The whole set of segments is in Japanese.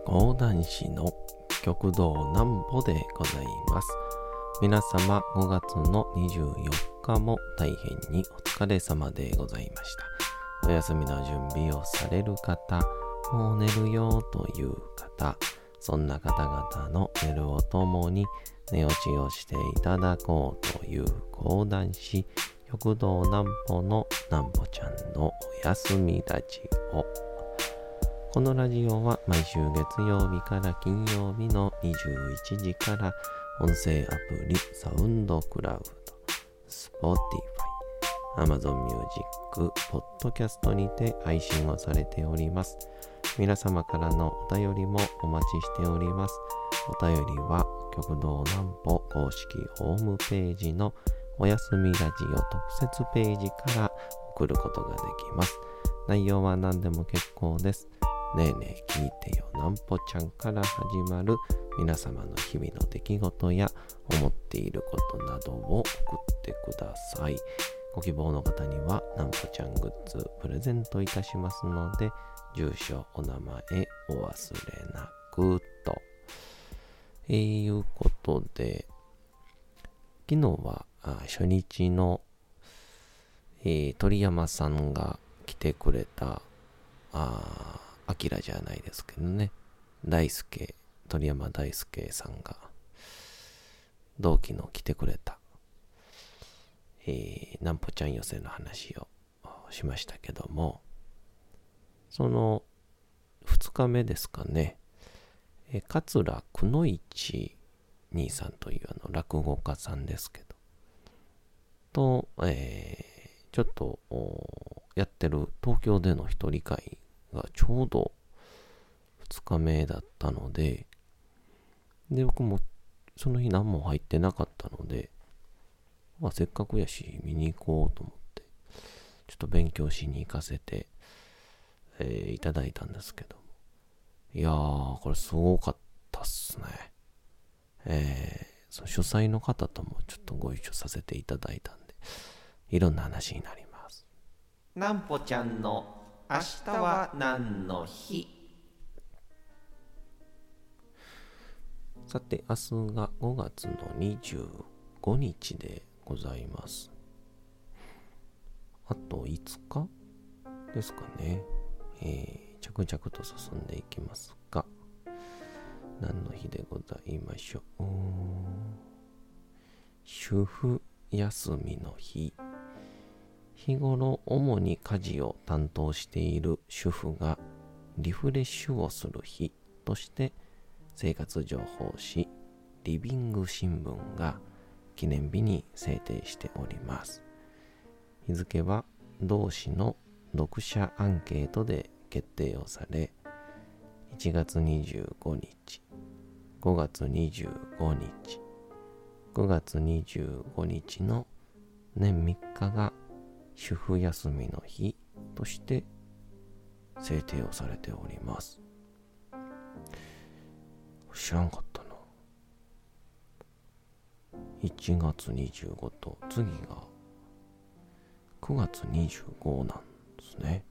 講談師の極道南歩でございます。皆様5月の24日も大変にお疲れ様でございました。お休みの準備をされる方、もう寝るよという方、そんな方々の寝るをともに寝落ちをしていただこうという講談師極道南歩の南歩ちゃんのお休みラジオ。このラジオは毎週月曜日から金曜日の21時から音声アプリサウンドクラウド、Spotify、Amazon Music、Podcast にて配信をされております。皆様からのお便りもお待ちしております。お便りは極道南歩公式ホームページのおやすみラジオ特設ページから送ることができます。内容は何でも結構です。ねえねえ聞いてよ南歩ちゃんから始まる皆様の日々の出来事や思っていることなどを送ってください。ご希望の方には南歩ちゃんグッズプレゼントいたしますので、住所お名前お忘れなくということで、昨日は初日の、鳥山さんが来てくれたアキラじゃないですけどね、鳥山大輔さんが同期の来てくれた、南歩ちゃん寄せの話をしましたけども、その2日目ですかね、桂くのいち兄さんという落語家さんですけどと、ちょっとやってる東京での一人会がちょうど2日目だったので、僕もその日何も入ってなかったので、せっかくやし見に行こうと思ってちょっと勉強しに行かせて、いただいたんですけど、いやーこれすごかったっすね。その主催の方ともちょっとご一緒させていただいたんで、いろんな話になります。 南歩ちゃんの明日は何の日。 さて、明日が5月の25日でございます。あと5日ですかね。着々と進んでいきますが、何の日でございましょう。主婦休みの日。日頃主に家事を担当している主婦がリフレッシュをする日として生活情報誌リビング新聞が記念日に制定しております。日付は同誌の読者アンケートで決定をされ、1月25日、5月25日、9月25日の年3日が主婦休みの日として制定をされております。知らんかったな。1月25と次が9月25なんですね。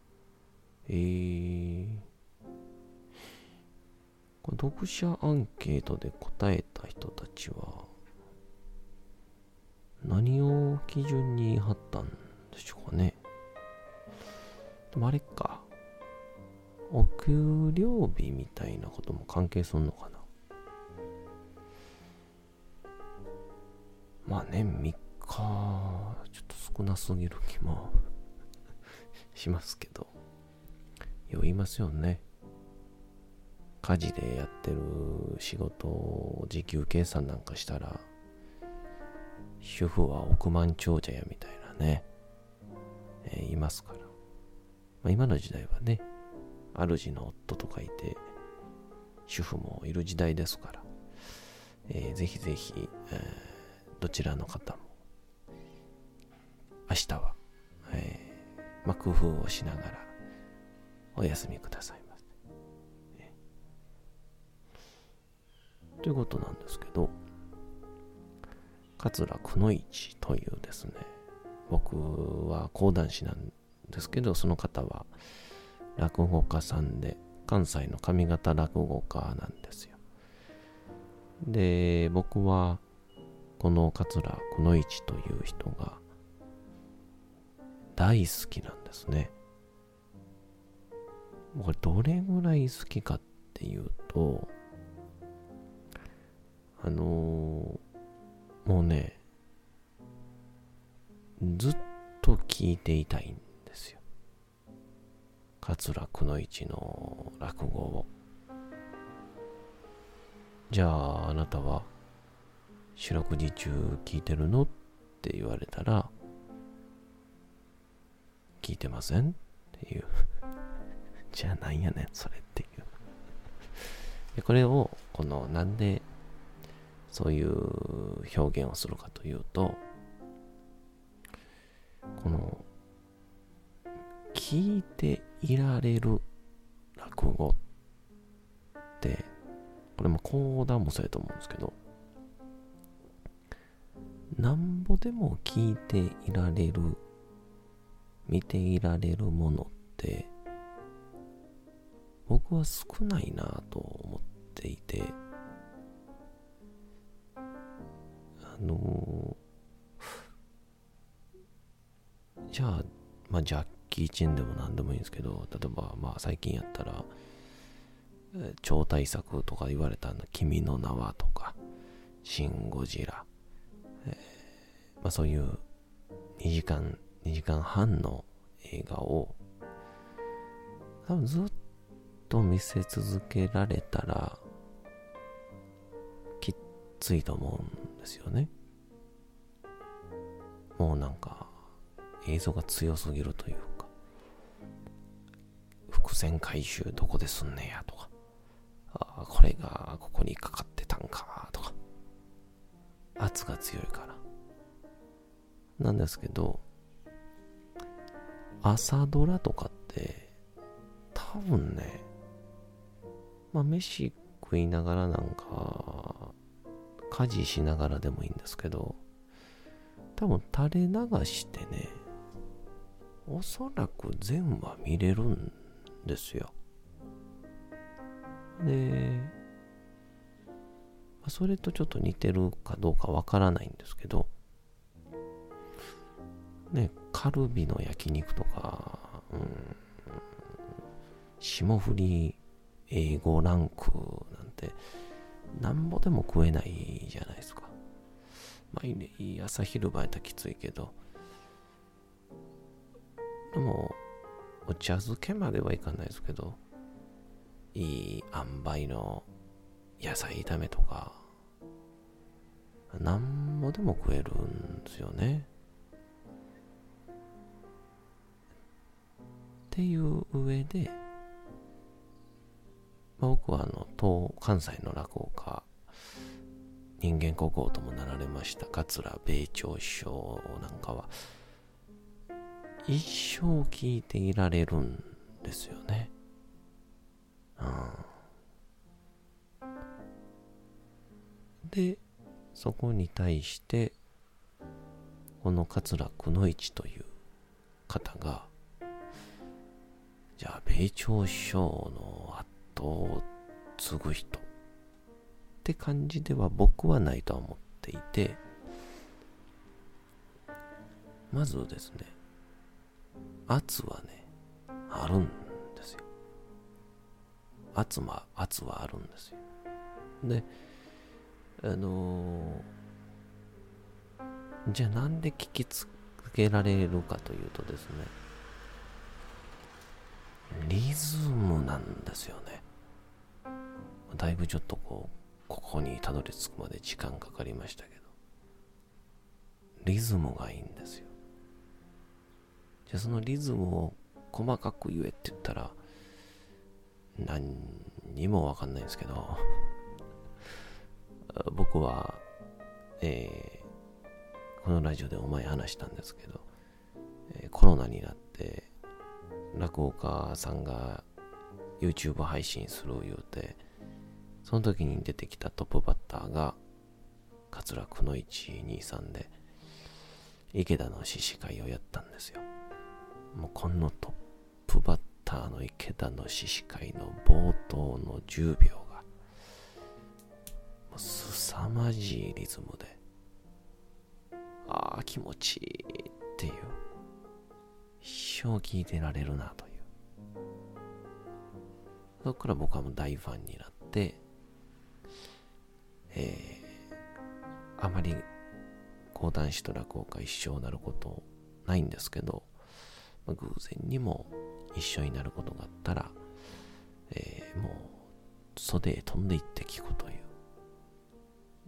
これ読者アンケートで答えた人たちは何を基準に言い張ったんでしょうかね。でもあれか、お給料日みたいなことも関係するのかな。まあ年3日ちょっと少なすぎる気もしますけど、よう言いますよね。家事でやってる仕事を時給計算なんかしたら主婦は億万長者やみたいなね、いますから、今の時代はね、主の夫とかいて主婦もいる時代ですから、ぜひぜひ、どちらの方も明日は、工夫をしながらお休みくださいませ、ということなんですけど、桂くのいちというですね、僕は講談師なんですけど、その方は落語家さんで関西の上方落語家なんですよ。で、僕はこの桂くのいちという人が大好きなんですね。これどれぐらい好きかっていうと、もうね、ずっと聞いていたいんですよ。桂くのいちの落語を。じゃああなたは四六時中聞いてるのって言われたら、聞いてませんっていうじゃあなんやねんそれっていうで、これをなんでそういう表現をするかというと、聞いていられる落語って、これも講談もそうやと思うんですけど、なんぼでも聞いていられる、見ていられるものって僕は少ないなと思っていて、じゃあジャッキー・チェンでも何でもいいんですけど、例えば最近やったら超大作とか言われた君の名はとかシン・ゴジラ、そういう2時間半の映画を多分ずっと見せ続けられたらきっついと思うんですよね。もうなんか映像が強すぎるというか、伏線回収どこですんねやとか、これがここにかかってたんかとか、圧が強いからなんですけど、朝ドラとかって多分ね、飯食いながらなんか家事しながらでもいいんですけど、多分垂れ流してね、おそらく全話見れるんですよ。で、それとちょっと似てるかどうかわからないんですけどね、カルビの焼肉とか、霜降りA5ランクなんてなんぼでも食えないじゃないですか。朝昼晩やったらきついけど、でもお茶漬けまではいかないですけど、いい塩梅の野菜炒めとかなんぼでも食えるんですよね。っていう上で、僕は関西の落語家、人間国宝ともなられました桂米朝師匠なんかは一生聞いていられるんですよね。で、そこに対してこの桂くのいちという方が、じゃあ米朝師匠の後を継ぐ人って感じでは僕はないとは思っていて、まずですね、圧はねあるんですよ。圧はあるんですよ。で、じゃあなんで聞きつけられるかというとですね、リズムなんですよね。だいぶちょっとここにたどり着くまで時間かかりましたけど、リズムがいいんですよ。じゃあそのリズムを細かく言えって言ったら何にもわかんないんですけど僕は、このラジオでお前話したんですけど、コロナになって落語家さんが YouTube 配信する言うて、その時に出てきたトップバッターが桂くのいち兄さんで、池田の獅子会をやったんですよ。もうこのトップバッターの池田の獅子会の冒頭の10秒が凄まじいリズムで、ああ気持ちいいっていう、一生聴いてられるなという。そこから僕はもう大ファンになって、あまり講談師と落語家一緒になることないんですけど、偶然にも一緒になることがあったら、もう袖へ飛んでいって聞くという。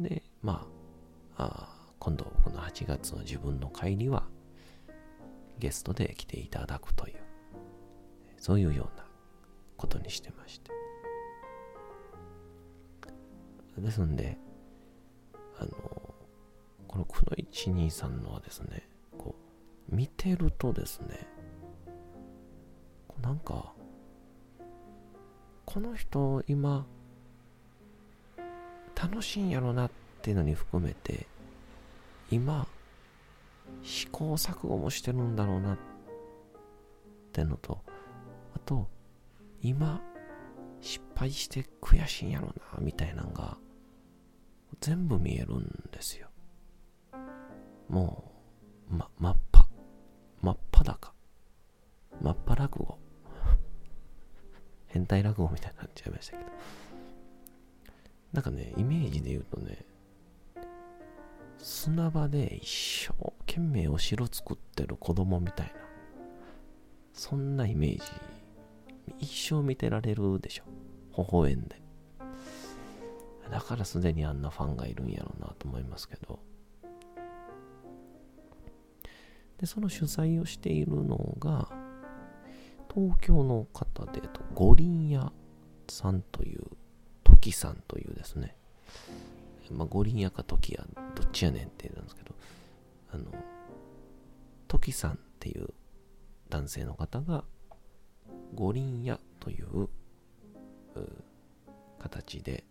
で、今度僕の8月の自分の会にはゲストで来ていただくという、そういうようなことにしてまして。ですんで、このくの123のはですね、こう見てるとですね、なんかこの人今楽しいんやろなっていうのに含めて、今試行錯誤もしてるんだろうなってのと、あと今失敗して悔しいんやろなみたいなのが全部見えるんですよ。もう真っ裸落語変態落語みたいになっちゃいましたけど、なんかね、イメージで言うとね、砂場で一生懸命お城作ってる子供みたいな、そんなイメージ一生見てられるでしょ、微笑んで。だからすでにあんなファンがいるんやろうなと思いますけど、でその主催をしているのが東京の方で、五輪屋さんという、時さんというですね、五輪屋か時屋どっちやねんって言うんですけど、時さんっていう男性の方が五輪屋という形で、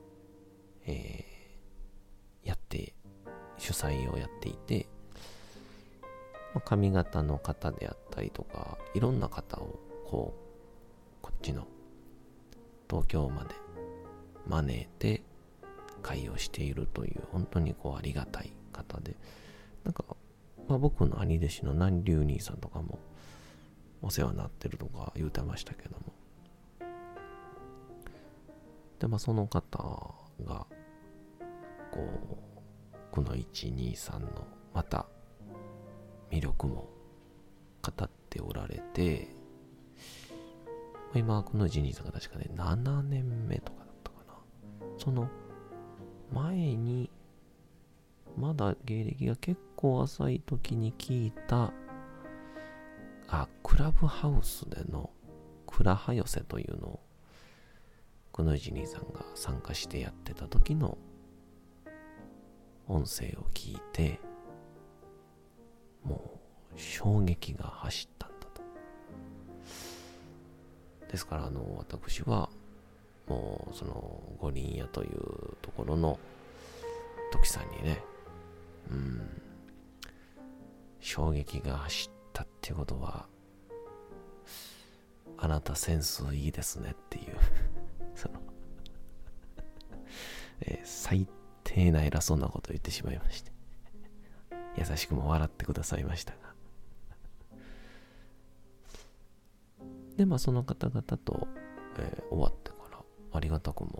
主催をやっていて、髪型の方であったりとか、いろんな方をこっちの東京まで招いて会をしているという、本当にありがたい方で、なんか、僕の兄弟子の南龍兄さんとかもお世話になってるとか言うてましたけども、でその方がこの123のまた魅力も語っておられて、今この123が確かね7年目とかだったかな。その前にまだ芸歴が結構浅い時に聞いたクラブハウスでのクラハ寄せというのをくのいち兄さんが参加してやってた時の音声を聞いて、もう衝撃が走ったんだと。ですから私はもうその五輪屋というところの時さんにね、衝撃が走ったっていうことは、あなたセンスいいですねっていうその最低な偉そうなことを言ってしまいまして、優しくも笑ってくださいましたが、でその方々と、終わってからありがたくも、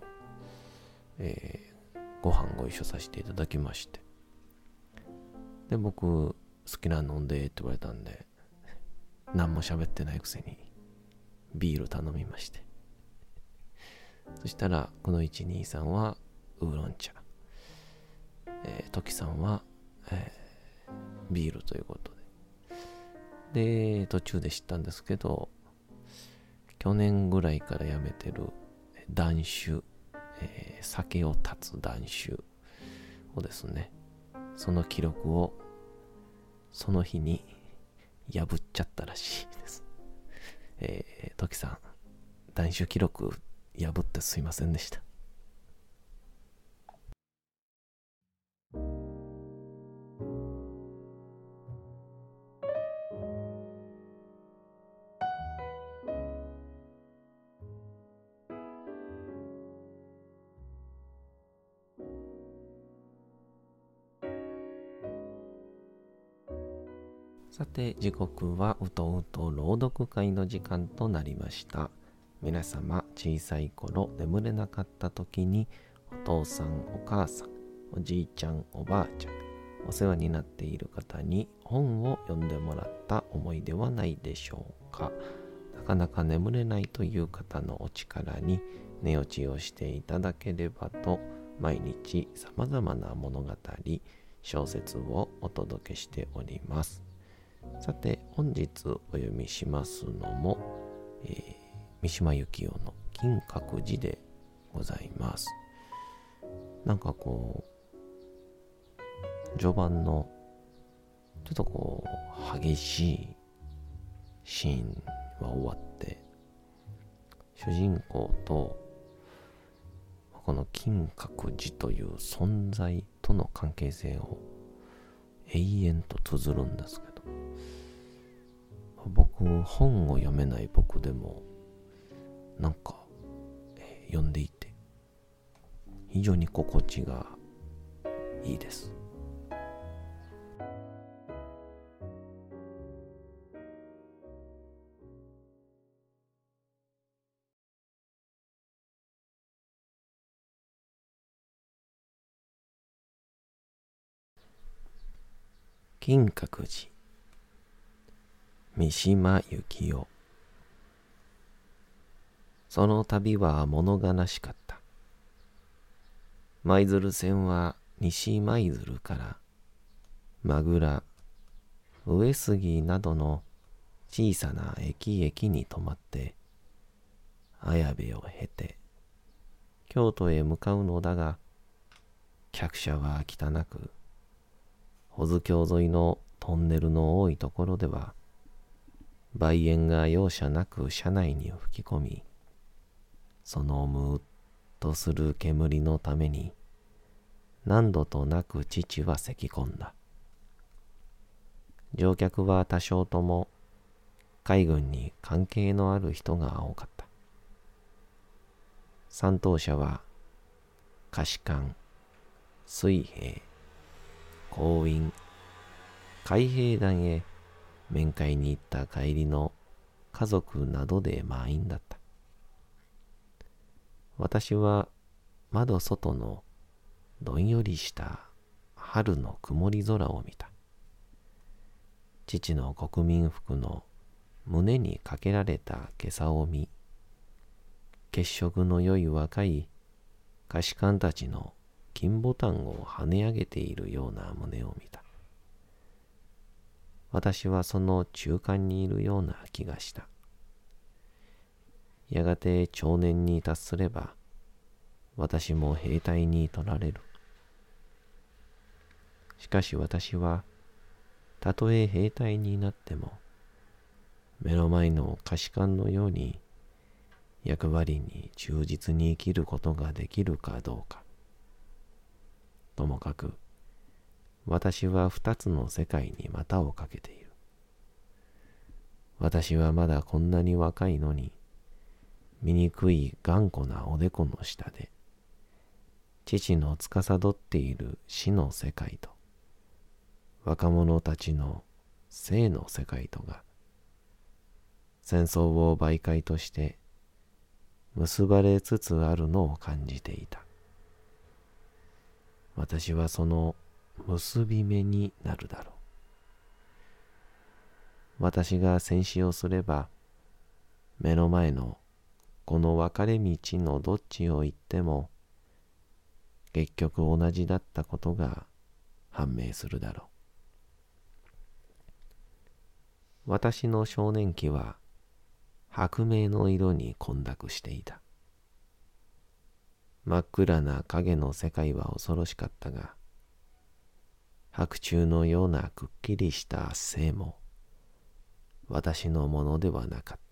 ご飯ご一緒させていただきまして、で僕好きなの飲んでって言われたんで、何も喋ってないくせにビール頼みまして、そしたらこの123はウーロン茶、時さんは、ビールということで、途中で知ったんですけど、去年ぐらいからやめてる断酒、酒を断つ断酒をですね、その記録をその日に破っちゃったらしいです。時さん、断酒記録破ってすいませんでした。 さて時刻はうとうと朗読会の時間となりました。皆様小さい頃眠れなかった時にお父さんお母さんおじいちゃんおばあちゃんお世話になっている方に本を読んでもらった思いではないでしょうか。なかなか眠れないという方のお力に寝落ちをしていただければと毎日さまざまな物語小説をお届けしております。さて本日お読みしますのも、三島由紀夫の金閣寺でございます。なんか序盤のちょっと激しいシーンは終わって主人公とこの金閣寺という存在との関係性を永遠と綴るんですけど、本を読めない僕でもなんか、読んでいて非常に心地がいいです。金閣寺、三島由紀夫。その旅は物悲しかった。舞鶴線は西舞鶴から名倉、上杉などの小さな駅に止まって綾部を経て京都へ向かうのだが、客車は汚く保津峡沿いのトンネルの多いところでは梅煙が容赦なく車内に吹き込み、そのムーッとする煙のために何度となく父は咳き込んだ。乗客は多少とも海軍に関係のある人が多かった。三等車は下士官、水兵、工員、海兵団へ面会に行った帰りの家族などで満員だった。私は窓外のどんよりした春の曇り空を見た。父の国民服の胸にかけられた袈裟を見、血色の良い若い下士官たちの金ボタンを跳ね上げているような胸を見た。私はその中間にいるような気がした。やがて長年に達すれば、私も兵隊に取られる。しかし私は、たとえ兵隊になっても、目の前の下士官のように役割に忠実に生きることができるかどうか。ともかく、私は二つの世界に股をかけている。私はまだこんなに若いのに、醜い頑固なおでこの下で、父の司っている死の世界と、若者たちの生の世界とが、戦争を媒介として結ばれつつあるのを感じていた。私はその結び目になるだろう。私が戦死をすれば、目の前のこの分かれ道のどっちを行っても、結局同じだったことが判明するだろう。私の少年期は白明の色に混濁していた。真っ暗な影の世界は恐ろしかったが、白昼のようなくっきりした生も私のものではなかった。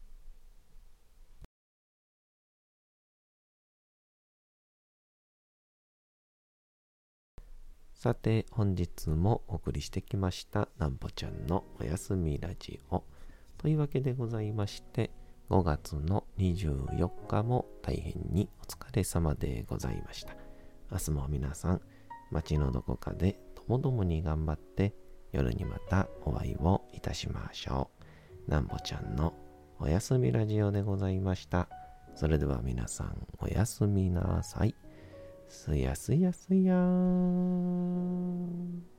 さて本日もお送りしてきましたなんぽちゃんのおやすみラジオというわけでございまして、5月の24日も大変にお疲れ様でございました。明日も皆さん街のどこかでともどもに頑張って夜にまたお会いをいたしましょう。なんぼちゃんのおやすみラジオでございました。それでは皆さんおやすみなさい。すやすやすやーん。